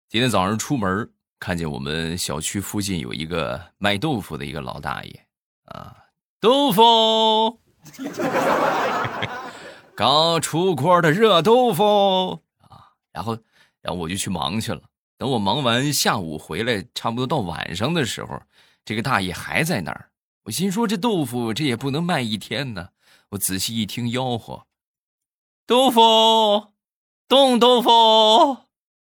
今天早上出门，看见我们小区附近有一个卖豆腐的一个老大爷啊，豆腐，刚出锅的热豆腐啊，然后我就去忙去了。等我忙完下午回来，差不多到晚上的时候，这个大爷还在那儿。我心说这豆腐这也不能卖一天呢。我仔细一听吆喝，豆腐，冻豆腐。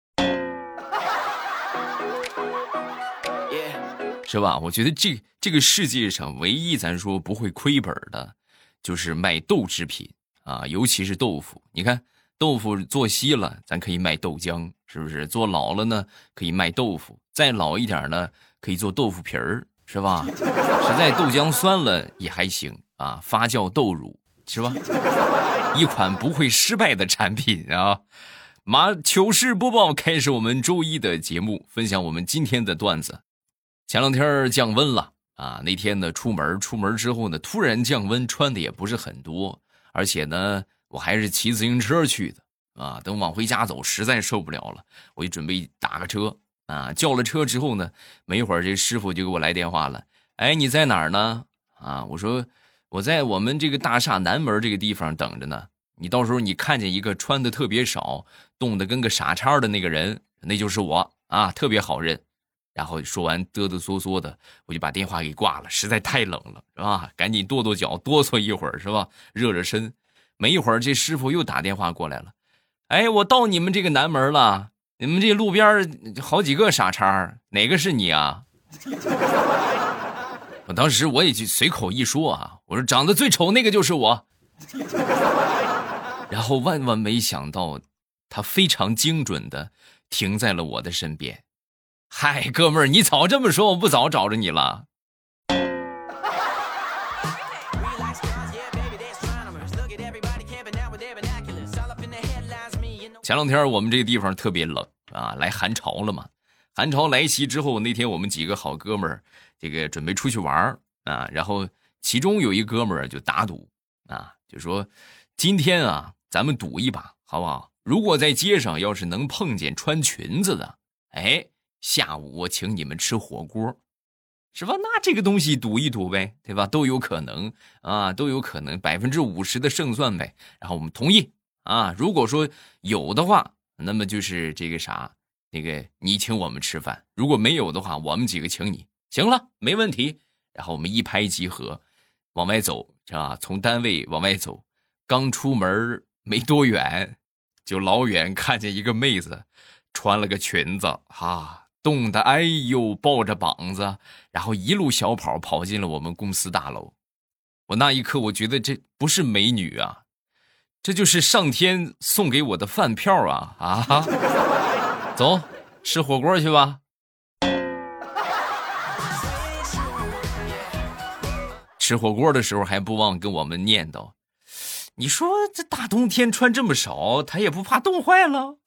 是吧？我觉得这个世界上唯一咱说不会亏本的，就是卖豆制品啊，尤其是豆腐。你看豆腐做稀了，咱可以卖豆浆，是不是？做老了呢，可以卖豆腐；再老一点呢，可以做豆腐皮儿，是吧？实在豆浆酸了也还行啊，发酵豆乳，是吧？一款不会失败的产品啊！糗事播报开始，我们周一的节目，分享我们今天的段子。前两天降温了啊，那天呢出门之后呢，突然降温，穿的也不是很多，而且呢我还是骑自行车去的啊。等往回家走，实在受不了了，我就准备打个车啊。叫了车之后呢，没一会儿这师傅就给我来电话了，哎，你在哪儿呢？啊，我说我在我们这个大厦南门这个地方等着呢。你到时候你看见一个穿的特别少，冻得跟个傻叉的那个人，那就是我啊，特别好认。然后说完嘚嘚嗦嗦的，我就把电话给挂了，实在太冷了，是吧？赶紧跺跺脚，哆嗦一会儿，是吧？热热身。没一会儿，这师傅又打电话过来了，哎，我到你们这个南门了，你们这路边好几个傻叉，哪个是你啊？我当时我也就随口一说啊，我说长得最丑那个就是我。然后万万没想到，他非常精准的停在了我的身边。嗨，哥们儿，你早这么说，我不早找着你了。前两天我们这个地方特别冷啊，来寒潮了嘛。寒潮来袭之后，那天我们几个好哥们儿，这个准备出去玩啊，然后其中有一哥们儿就打赌啊，就说今天啊，咱们赌一把，好不好？如果在街上要是能碰见穿裙子的，哎。下午我请你们吃火锅，是吧？那这个东西赌一赌呗，对吧？都有可能啊，都有可能50%的胜算呗。然后我们同意啊。如果说有的话，那么就是这个啥，那个你请我们吃饭；如果没有的话，我们几个请你。行了，没问题。然后我们一拍即合，往外走，是吧？从单位往外走，刚出门没多远，就老远看见一个妹子穿了个裙子啊。冻得哎呦抱着膀子，然后一路小跑进了我们公司大楼。我那一刻我觉得这不是美女啊，这就是上天送给我的饭票啊啊！走，吃火锅去吧。吃火锅的时候还不忘跟我们念叨，你说这大冬天穿这么少，他也不怕冻坏了？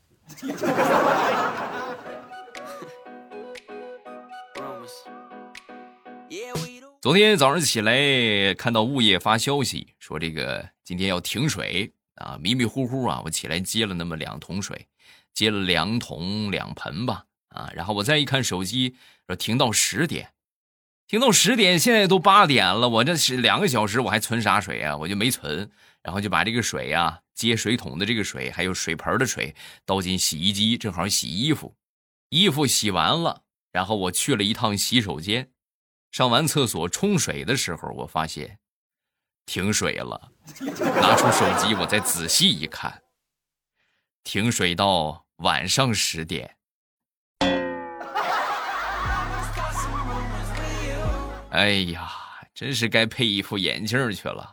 昨天早上起来看到物业发消息说这个今天要停水啊，迷迷糊糊啊，我起来接了那么2桶水，接了2桶2盆吧啊，然后我再一看手机，说停到10点，现在都8点了，我这是2个小时我还存啥水啊？我就没存，然后就把这个水啊，接水桶的这个水还有水盆的水倒进洗衣机，正好洗衣服，衣服洗完了，然后我去了一趟洗手间。上完厕所冲水的时候，我发现停水了，拿出手机我再仔细一看，停水到晚上10点。哎呀，真是该配一副眼镜去了。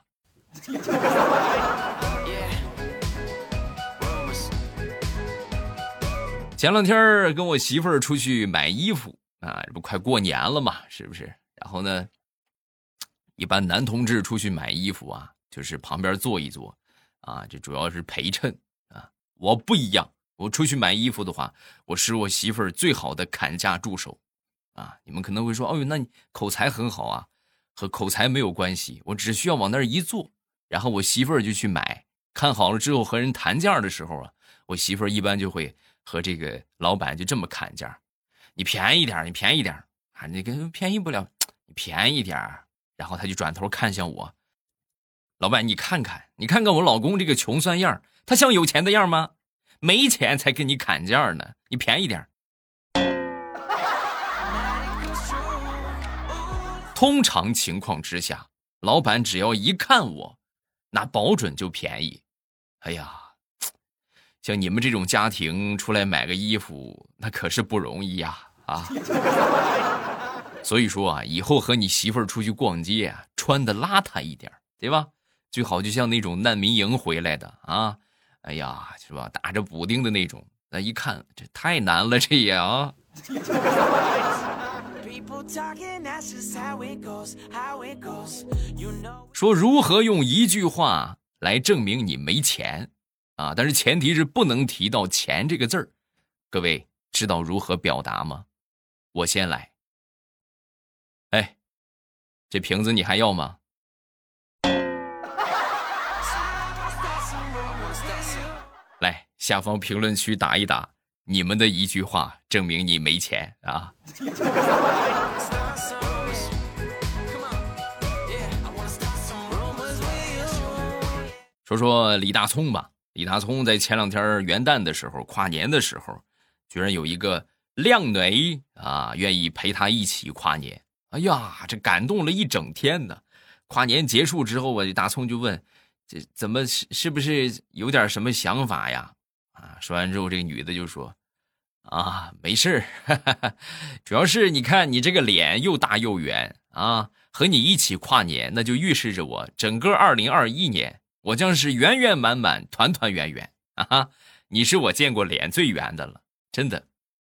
前两天跟我媳妇儿出去买衣服啊，这不快过年了嘛，是不是？然后呢，一般男同志出去买衣服啊，就是旁边坐一坐啊，这主要是陪衬啊。我不一样，我出去买衣服的话，我是我媳妇儿最好的砍价助手啊。你们可能会说，哦，那你口才很好啊，和口才没有关系，我只需要往那儿一坐，然后我媳妇儿就去买，看好了之后和人谈价的时候啊，我媳妇儿一般就会和这个老板就这么砍价，你便宜点，你便宜点啊，那个便宜不了，你便宜点。然后他就转头看向我，老板，你看看我老公这个穷酸样，他像有钱的样吗？没钱才跟你砍价呢，你便宜点。通常情况之下，老板只要一看我，那保准就便宜。哎呀，像你们这种家庭出来买个衣服，那可是不容易呀啊！所以说啊，以后和你媳妇儿出去逛街啊，穿的邋遢一点，对吧？最好就像那种难民营回来的啊，哎呀，是吧？打着补丁的那种，那一看这太难了，这也啊。说如何用一句话来证明你没钱啊？但是前提是不能提到钱这个字儿。各位知道如何表达吗？我先来。哎，这瓶子你还要吗？来，下方评论区打一打，你们的一句话证明你没钱啊！说李大聪吧，李大聪在前2天元旦的时候，跨年的时候，居然有一个靓女啊，愿意陪他一起跨年。哎呀，这感动了一整天呢。跨年结束之后啊，大聪就问，这怎么是不是有点什么想法呀？啊，说完之后，这个女的就说，啊，没事主要是你看你这个脸又大又圆啊，和你一起跨年，那就预示着我整个2021年，我将是圆圆满满、团团圆圆啊！你是我见过脸最圆的了，真的。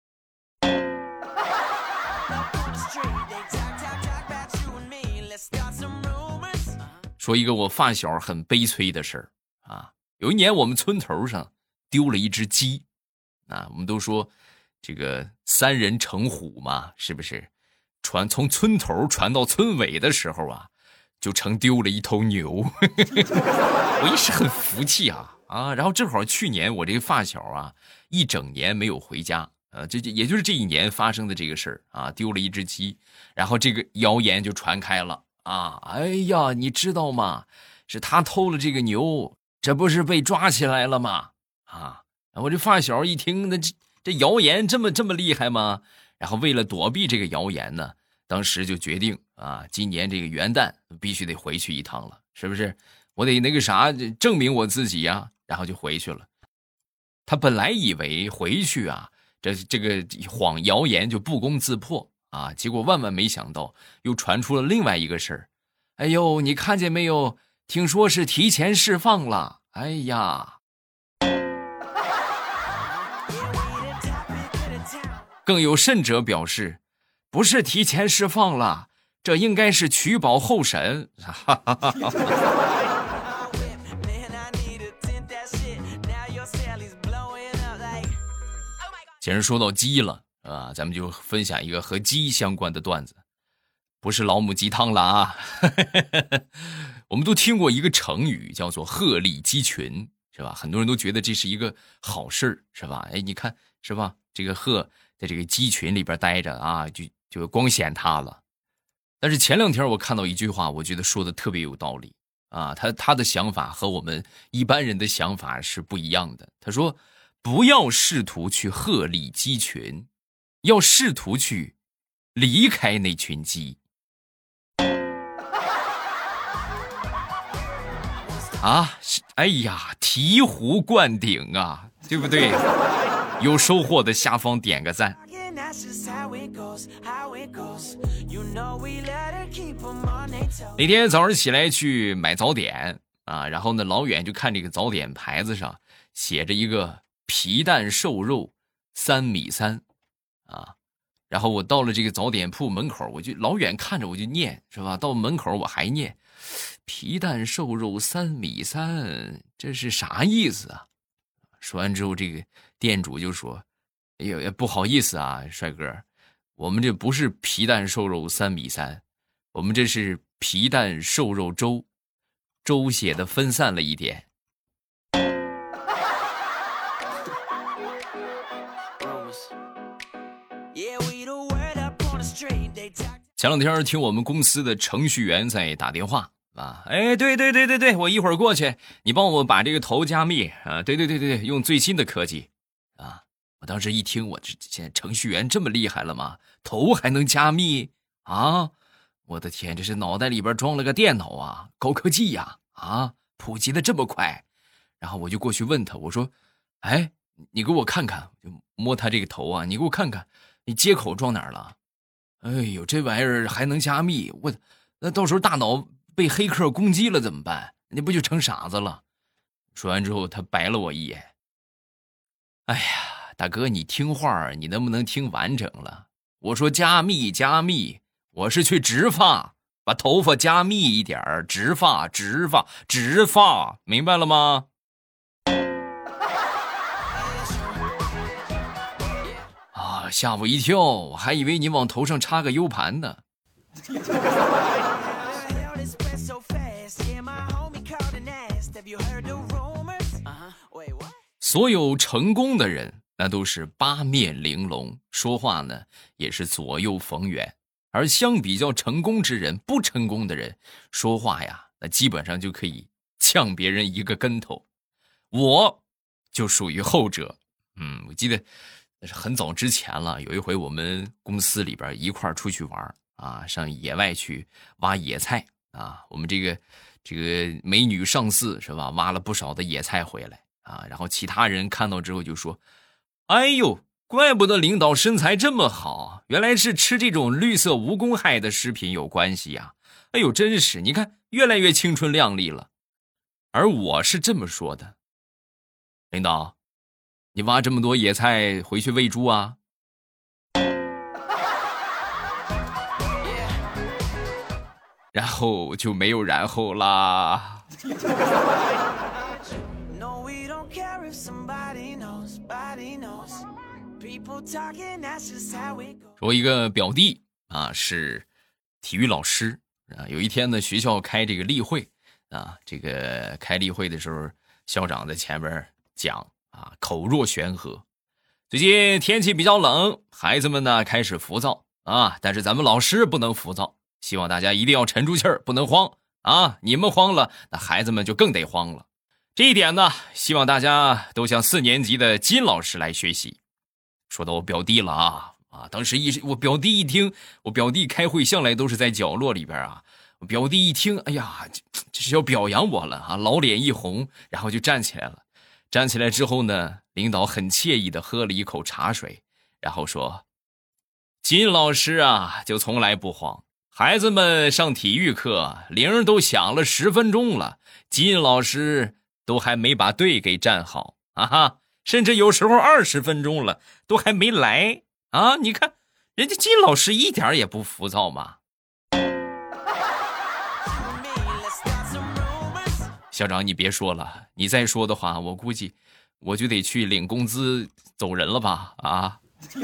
说一个我发小很悲催的事儿啊，有一年我们村头上丢了一只鸡啊，我们都说这个3人成虎嘛，是不是？从村头传到村尾的时候啊，就成丢了一头牛。我一时很服气啊，然后正好去年我这个发小啊，一整年没有回家，这也就是这一年发生的这个事儿啊，丢了一只鸡，然后这个谣言就传开了啊，哎呀，你知道吗？是他偷了这个牛，这不是被抓起来了吗？啊，我这发小一听，那这谣言这么厉害吗？然后为了躲避这个谣言呢，当时就决定啊，今年这个元旦必须得回去一趟了，是不是？我得那个啥证明我自己呀，然后就回去了。他本来以为回去啊，这个谣言就不攻自破啊，结果万万没想到又传出了另外一个事儿。哎呦，你看见没有？听说是提前释放了。哎呀！更有甚者表示，不是提前释放了，这应该是取保候审。既然说到鸡了啊，咱们就分享一个和鸡相关的段子，不是老母鸡汤了啊。我们都听过一个成语叫做鹤立鸡群，是吧？很多人都觉得这是一个好事，是吧？哎，你看是吧？这个鹤在这个鸡群里边待着啊，就光显它了。但是前2天我看到一句话，我觉得说的特别有道理啊，他的想法和我们一般人的想法是不一样的。他说，不要试图去鹤立鸡群，要试图去离开那群鸡。啊，哎呀，醍醐灌顶啊，对不对？有收获的下方点个赞。那天早上起来去买早点啊，然后呢老远就看这个早点牌子上写着一个皮蛋瘦肉3.3米啊，然后我到了这个早点铺门口，我就老远看着我就念，是吧？到门口我还念皮蛋瘦肉3.3米，这是啥意思啊？说完之后，这个店主就说：“哎呦，不好意思啊，帅哥，我们这不是皮蛋瘦肉3.3米，我们这是皮蛋瘦肉粥，粥写的分散了一点。” 前两天听我们公司的程序员在打电话啊，哎，对，我一会儿过去，你帮我把这个头加密啊，对，用最新的科技啊。我当时一听，我这现在程序员这么厉害了吗？头还能加密啊？我的天，这是脑袋里边装了个电脑啊，高科技呀！啊，普及的这么快。然后我就过去问他，我说，哎，你给我看看，就摸他这个头啊，你给我看看，你接口装哪儿了？哎呦，这玩意儿还能加密，那到时候大脑被黑客攻击了怎么办？你不就成傻子了？说完之后，他白了我一眼。哎呀，大哥，你听话，你能不能听完整了？我说加密，我是去植发，把头发加密一点，植发，明白了吗？啊，吓我一跳，我还以为你往头上插个 U 盘呢。所有成功的人那都是八面玲珑，说话呢也是左右逢源，而相比较成功之人，不成功的人说话呀，那基本上就可以呛别人一个跟头。我就属于后者。我记得那是很早之前了，有一回我们公司里边一块出去玩啊，上野外去挖野菜啊，我们这个美女上司是吧，挖了不少的野菜回来啊，然后其他人看到之后就说，哎呦，怪不得领导身材这么好，原来是吃这种绿色无公害的食品有关系呀。哎呦，真是，你看越来越青春靓丽了。而我是这么说的，领导，你挖这么多野菜回去喂猪啊？然后就没有然后啦。说一个表弟啊，是体育老师啊。有一天呢，学校开这个例会啊，这个开例会的时候，校长在前面讲啊，口若悬河。最近天气比较冷，孩子们呢开始浮躁啊，但是咱们老师不能浮躁，希望大家一定要沉住气儿，不能慌啊！你们慌了，那孩子们就更得慌了。这一点呢，希望大家都向4年级的金老师来学习。说到我表弟了啊，当时我表弟一听，我表弟开会向来都是在角落里边啊，我表弟一听，哎呀，这是要表扬我了啊，老脸一红，然后就站起来了。站起来之后呢，领导很惬意地喝了一口茶水，然后说，金老师啊，就从来不慌，孩子们上体育课铃都响了10分钟了，金老师都还没把队给站好啊哈，甚至有时候20分钟了都还没来啊！你看人家金老师一点也不浮躁嘛。校长你别说了，你再说的话我估计我就得去领工资走人了吧啊。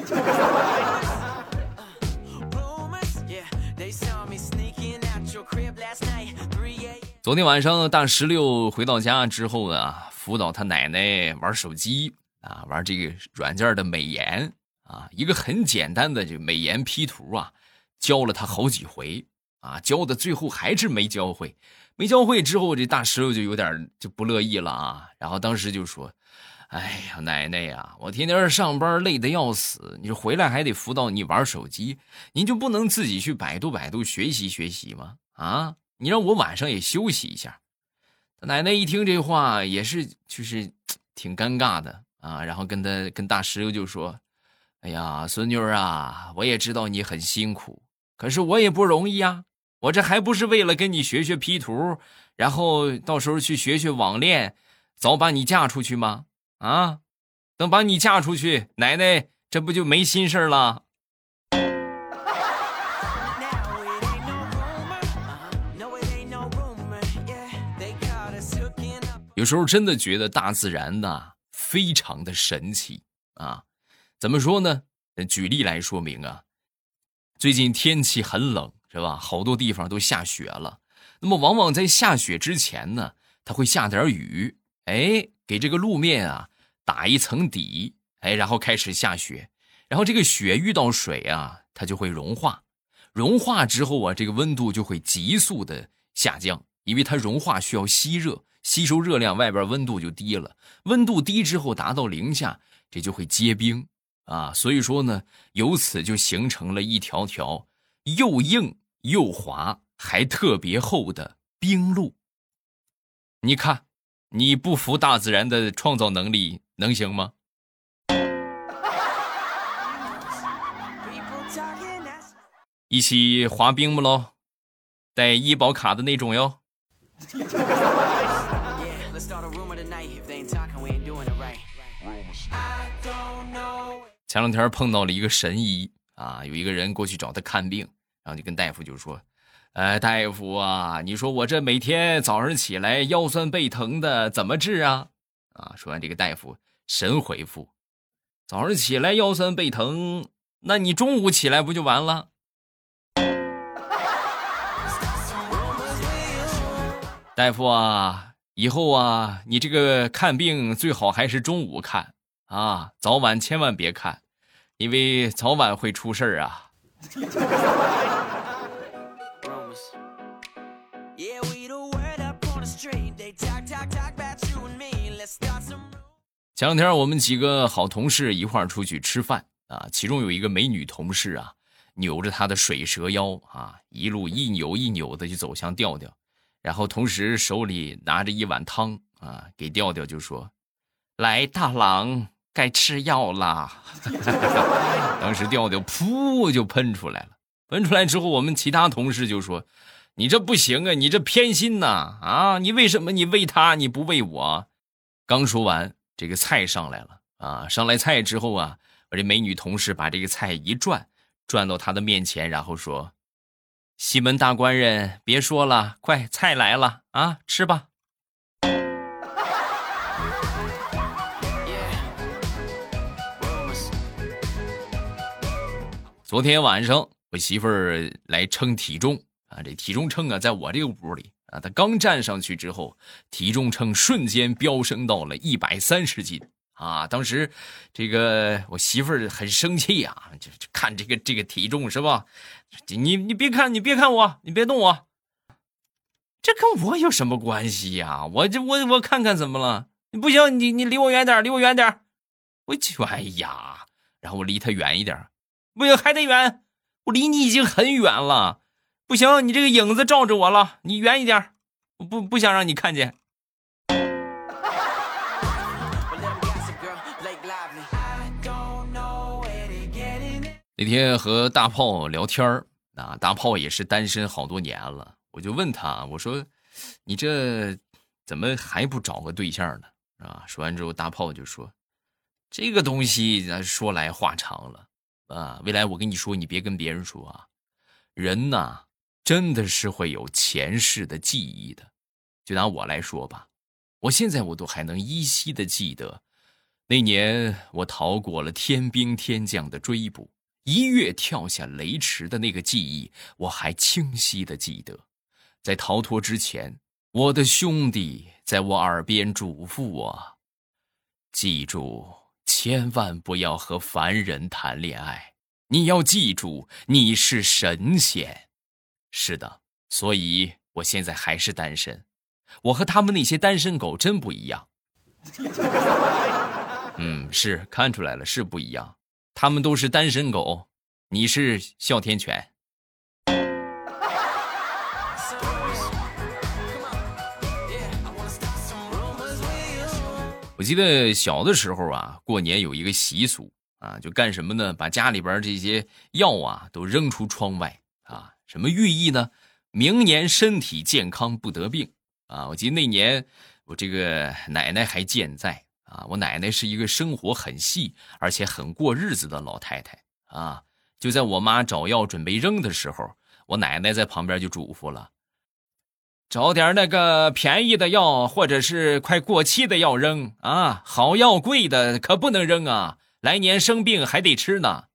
昨天晚上大16回到家之后啊，辅导他奶奶玩手机啊，玩这个软件的美颜啊，一个很简单的这美颜 P 图啊，教了他好几回啊，教的最后还是没教会。没教会之后，这大16就有点就不乐意了啊，然后当时就说，哎呀，奶奶呀，我天天上班累得要死，你说回来还得辅导你玩手机，您就不能自己去百度学习吗？啊，你让我晚上也休息一下。他奶奶一听这话也是就是挺尴尬的啊，然后跟大16就说，哎呀，孙女啊，我也知道你很辛苦，可是我也不容易啊，我这还不是为了跟你学 P 图，然后到时候去学网恋，早把你嫁出去吗？啊，等把你嫁出去，奶奶这不就没心事了？有时候真的觉得大自然呐，非常的神奇啊。怎么说呢？举例来说明啊，最近天气很冷是吧？好多地方都下雪了。那么往往在下雪之前呢，它会下点雨，哎，给这个路面啊打一层底，哎，然后开始下雪。 然后这个血遇到水啊，它就会融化，融化之后啊，这个温度就会急速的下降，因为它融化需要吸热，吸收热量，外边温度就低了，温度低之后达到零下，这就会结冰啊。所以说呢，由此就形成了一条条又硬又滑还特别厚的冰路。你看，你不服大自然的创造能力能行吗？一起滑冰不喽？带医保卡的那种哟。前两天碰到了一个神医啊，有一个人过去找他看病，然后就跟大夫就说，大夫啊，你说我这每天早上起来腰酸背疼的怎么治啊？啊，说完这个大夫神回复，早上起来腰酸背疼，那你中午起来不就完了？大夫啊，以后啊，你这个看病最好还是中午看啊，早晚千万别看，因为早晚会出事儿啊。前两天我们几个好同事一块儿出去吃饭啊，其中有一个美女同事啊，扭着她的水蛇腰啊，一路一扭一扭的就走向调调。然后同时手里拿着一碗汤啊，给调调就说，来大郎该吃药啦。当时调调噗就喷出来了，喷出来之后我们其他同事就说，你这不行啊，你这偏心呐啊，你为什么你喂他你不喂我？刚说完这个菜上来了啊，上来菜之后啊，我这美女同事把这个菜一转到他的面前，然后说，西门大官人别说了，快菜来了啊，吃吧。昨天晚上我媳妇儿来称体重啊，这体重秤啊在我这个屋里啊，她刚站上去之后，体重秤瞬间飙升到了130斤啊！当时这个我媳妇儿很生气啊，就看这个体重是吧？你别看我，你别动我，这跟我有什么关系呀？我看看怎么了？你不行，你离我远点，离我远点。我就哎呀，然后我离他远一点，不行还得远，我离你已经很远了，不行，你这个影子照着我了，你远一点，我不想让你看见。那天和大炮聊天啊，大炮也是单身好多年了，我就问他，我说你这怎么还不找个对象呢？啊，说完之后大炮就说，这个东西说来话长了啊，未来我跟你说，你别跟别人说啊，人呐真的是会有前世的记忆的。就拿我来说吧，我现在我都还能依稀的记得，那年我逃过了天兵天将的追捕，一跃跳下雷池的那个记忆，我还清晰的记得。在逃脱之前，我的兄弟在我耳边嘱咐我，记住，千万不要和凡人谈恋爱，你要记住，你是神仙。是的，所以我现在还是单身，我和他们那些单身狗真不一样。是看出来了，是不一样，他们都是单身狗，你是哮天犬。我记得小的时候啊，过年有一个习俗啊，就干什么呢？把家里边这些药啊都扔出窗外啊，什么寓意呢？明年身体健康不得病啊！我记得那年我这个奶奶还健在啊，我奶奶是一个生活很细而且很过日子的老太太啊。就在我妈找药准备扔的时候，我奶奶在旁边就嘱咐了，找点那个便宜的药或者是快过期的药扔啊，好药贵的可不能扔啊，来年生病还得吃呢。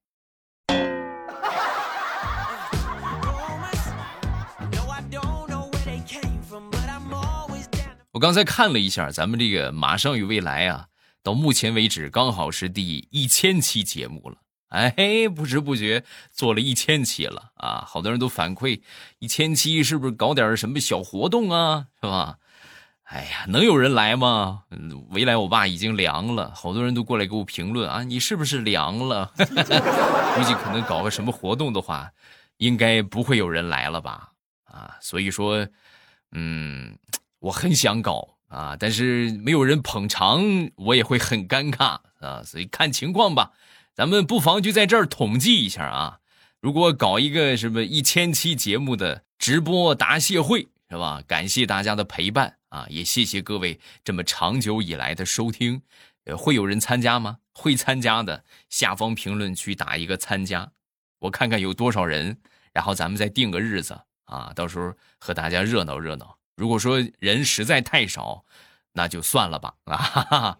我刚才看了一下咱们这个马上与未来啊，到目前为止刚好是第1000期节目了哎，不知不觉做了1000期了啊！好多人都反馈，1000期是不是搞点什么小活动啊？是吧？哎呀，能有人来吗？未来欧巴已经凉了，好多人都过来给我评论啊，你是不是凉了？估计可能搞个什么活动的话，应该不会有人来了吧？啊，所以说，我很想搞啊，但是没有人捧场，我也会很尴尬啊，所以看情况吧。咱们不妨就在这儿统计一下啊，如果搞一个什么1000期节目的直播答谢会，是吧？感谢大家的陪伴啊，也谢谢各位这么长久以来的收听。会有人参加吗？会参加的下方评论区打一个参加，我看看有多少人，然后咱们再定个日子啊，到时候和大家热闹热闹。如果说人实在太少，那就算了吧啊哈哈。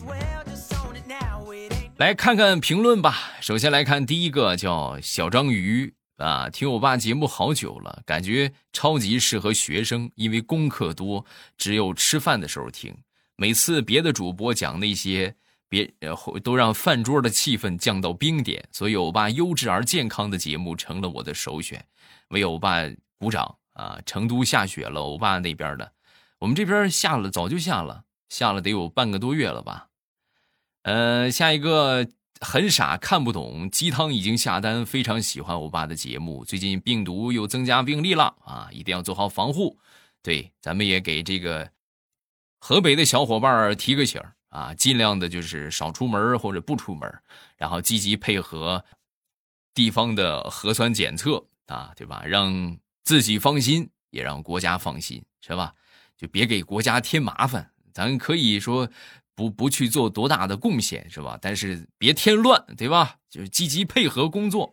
来看看评论吧。首先来看第一个，叫小章鱼啊，听我爸节目好久了，感觉超级适合学生，因为功课多，只有吃饭的时候听。每次别的主播讲那些都让饭桌的气氛降到冰点，所以欧巴优质而健康的节目成了我的首选。为欧巴鼓掌啊！成都下雪了，欧巴那边的，我们这边下了，早就下了得有半个多月了吧。下一个很傻看不懂，鸡汤已经下单，非常喜欢欧巴的节目。最近病毒又增加病例了啊，一定要做好防护。对，咱们也给这个河北的小伙伴提个醒啊，尽量的就是少出门或者不出门，然后积极配合地方的核酸检测啊，对吧？让自己放心，也让国家放心，是吧？就别给国家添麻烦。咱可以说不去做多大的贡献，是吧？但是别添乱，对吧？就是积极配合工作。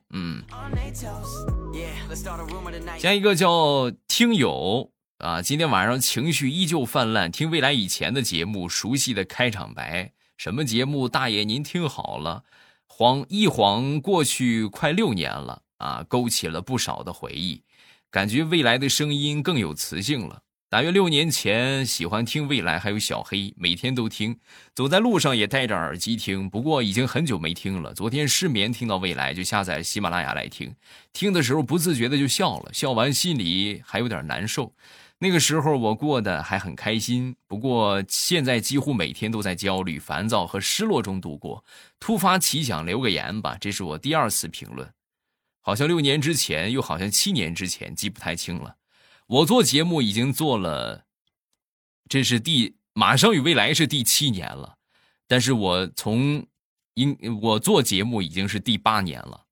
下一个叫听友啊，今天晚上情绪依旧泛滥，听未来以前的节目，熟悉的开场白，什么节目？大爷您听好了，一晃过去快6年了啊，勾起了不少的回忆，感觉未来的声音更有磁性了。大约6年前喜欢听未来还有小黑，每天都听，走在路上也戴着耳机听，不过已经很久没听了。昨天失眠听到未来就下载喜马拉雅来听，听的时候不自觉的就笑了，笑完心里还有点难受。那个时候我过得还很开心，不过现在几乎每天都在焦虑、烦躁和失落中度过。突发奇想留个言吧，这是我第2次评论，好像6年之前又好像7年之前，记不太清了。我做节目已经做了，这是马上与未来是第7年了，但是我做节目已经是第8年了。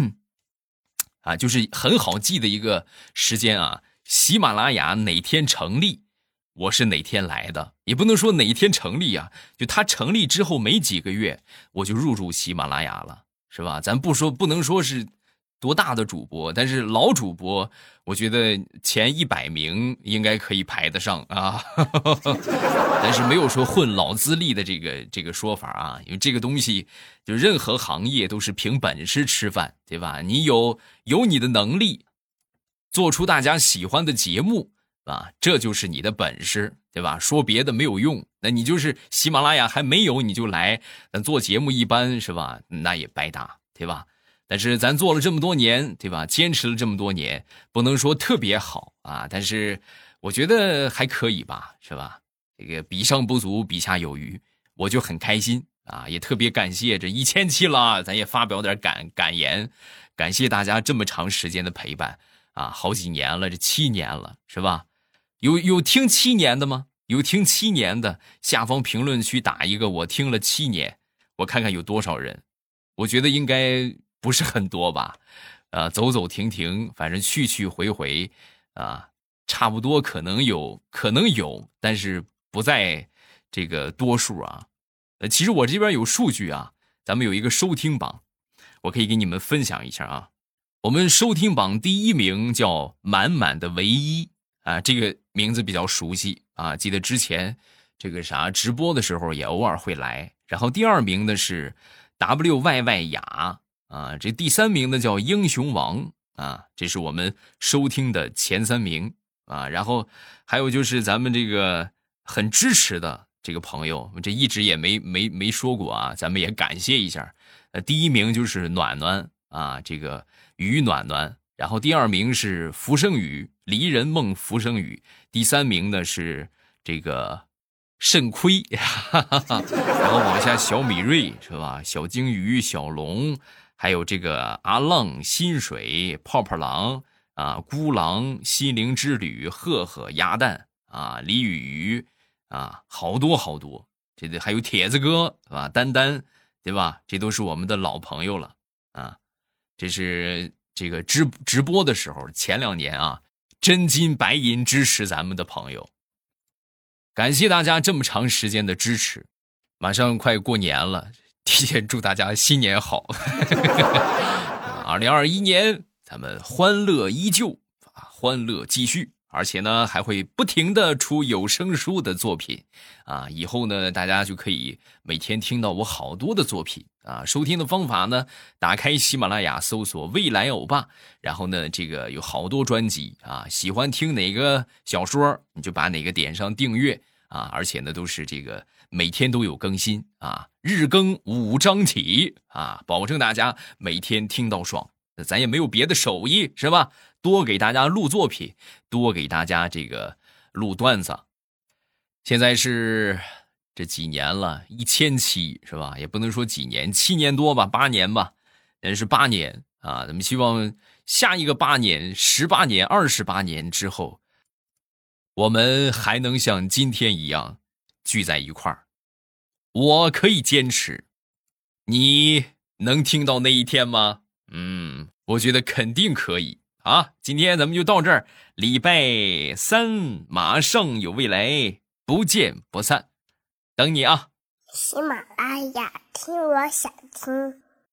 就是很好记的一个时间啊，喜马拉雅哪天成立，我是哪天来的，也不能说哪天成立啊，就它成立之后没几个月，我就入驻喜马拉雅了，是吧？咱不能说是多大的主播，但是老主播我觉得前100名应该可以排得上啊。但是没有说混老资历的这个说法啊，因为这个东西就任何行业都是凭本事吃饭，对吧？你有你的能力做出大家喜欢的节目啊，这就是你的本事，对吧？说别的没有用，那你就是喜马拉雅还没有你就来，咱做节目一般是吧？那也白搭，对吧？但是咱做了这么多年，对吧？坚持了这么多年，不能说特别好啊，但是我觉得还可以吧，是吧？这个比上不足，比下有余，我就很开心啊！也特别感谢这1000期了，咱也发表点感言，感谢大家这么长时间的陪伴啊，好几年了，这7年了，是吧？有听7年的吗？有听7年的，下方评论区打一个我听了7年，我看看有多少人。我觉得应该不是很多吧，走走停停，反正去回回啊，差不多可能有，但是不在这个多数啊。其实我这边有数据啊，咱们有一个收听榜，我可以给你们分享一下啊。我们收听榜第1名叫满满的唯一啊，这个名字比较熟悉啊，记得之前这个直播的时候也偶尔会来。然后第2名的是 WYY 雅啊，这第3名的叫英雄王啊，这是我们收听的前3名啊。然后还有就是咱们这个很支持的这个朋友，这一直也没说过啊，咱们也感谢一下第一名就是暖暖啊，这个于暖暖，然后第二名是浮生雨，离人梦浮生雨，第三名呢是这个肾亏，然后往下小米瑞是吧？小鲸鱼、小龙，还有这个阿浪、薪水、泡泡狼啊、孤狼、心灵之旅、赫赫、鸭蛋啊、李雨鱼啊，好多好多。这还有铁子哥是吧？丹丹对吧？这都是我们的老朋友了啊。这是这个直播的时候，前2年啊，真金白银支持咱们的朋友。感谢大家这么长时间的支持，马上快过年了，提前祝大家新年好。2021年咱们欢乐依旧啊，欢乐继续，而且呢还会不停的出有声书的作品啊，以后呢大家就可以每天听到我好多的作品啊。收听的方法呢，打开喜马拉雅搜索未来欧巴，然后呢这个有好多专辑啊，喜欢听哪个小说你就把哪个点上订阅啊，而且呢都是这个每天都有更新啊，日更5章起啊，保证大家每天听到爽。咱也没有别的手艺是吧？多给大家录作品，多给大家这个录段子。现在是这几年了，1000期是吧？也不能说几年，7年多吧，8年吧，但是8年啊，咱们希望下一个8年、18年、28年之后，我们还能像今天一样聚在一块儿。我可以坚持，你能听到那一天吗？我觉得肯定可以啊！今天咱们就到这儿，礼拜3马上有未来，不见不散，等你啊！ 喜马拉雅听我想听。